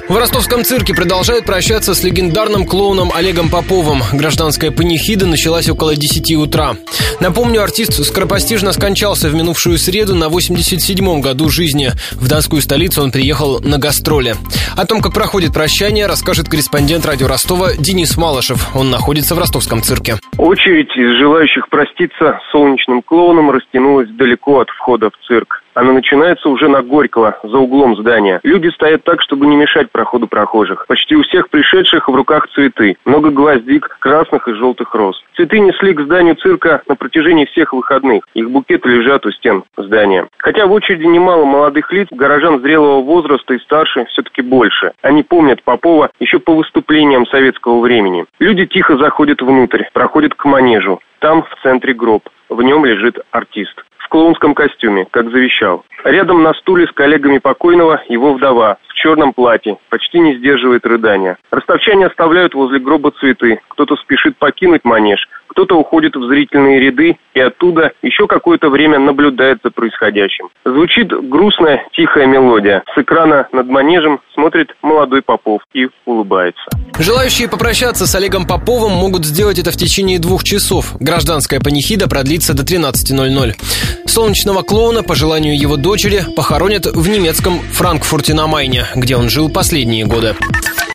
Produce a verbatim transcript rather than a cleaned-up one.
В ростовском цирке продолжают прощаться с легендарным клоуном Олегом Поповым. Гражданская панихида началась около десяти утра. Напомню, артист скоропостижно скончался в минувшую среду на восемьдесят седьмом году жизни. В донскую столицу он приехал на гастроли. О том, как проходит прощание, расскажет корреспондент радио Ростова Денис Малышев. Он находится в ростовском цирке. Очередь из желающих проститься с солнечным клоуном растянулась далеко от входа в цирк. Она начинается уже на Горького, за углом здания. Люди стоят так, чтобы не мешать проходу прохожих. Почти у всех пришедших в руках цветы. Много гвоздик, красных и желтых роз. Цветы несли к зданию цирка на протяжении всех выходных. Их букеты лежат у стен здания. Хотя в очереди немало молодых лиц, горожан зрелого возраста и старше все-таки больше. Они помнят Попова еще по выступлениям советского времени. Люди тихо заходят внутрь, проходят к манежу. Там в центре гроб. В нем лежит артист. В клоунском костюме, как завещал. Рядом на стуле с коллегами покойного его вдова в черном платье, почти не сдерживает рыдания. Ростовчане оставляют возле гроба цветы. Кто-то спешит покинуть манеж, кто-то уходит в зрительные ряды и оттуда еще какое-то время наблюдает за происходящим. Звучит грустная, тихая мелодия. С экрана над манежем смотрит молодой Попов и улыбается. Желающие попрощаться с Олегом Поповым могут сделать это в течение двух часов. Гражданская панихида продлится до тринадцати ноль-ноль. Солнечного клоуна, по желанию его дочери, похоронят в немецком Франкфурте на Майне, где он жил последние годы.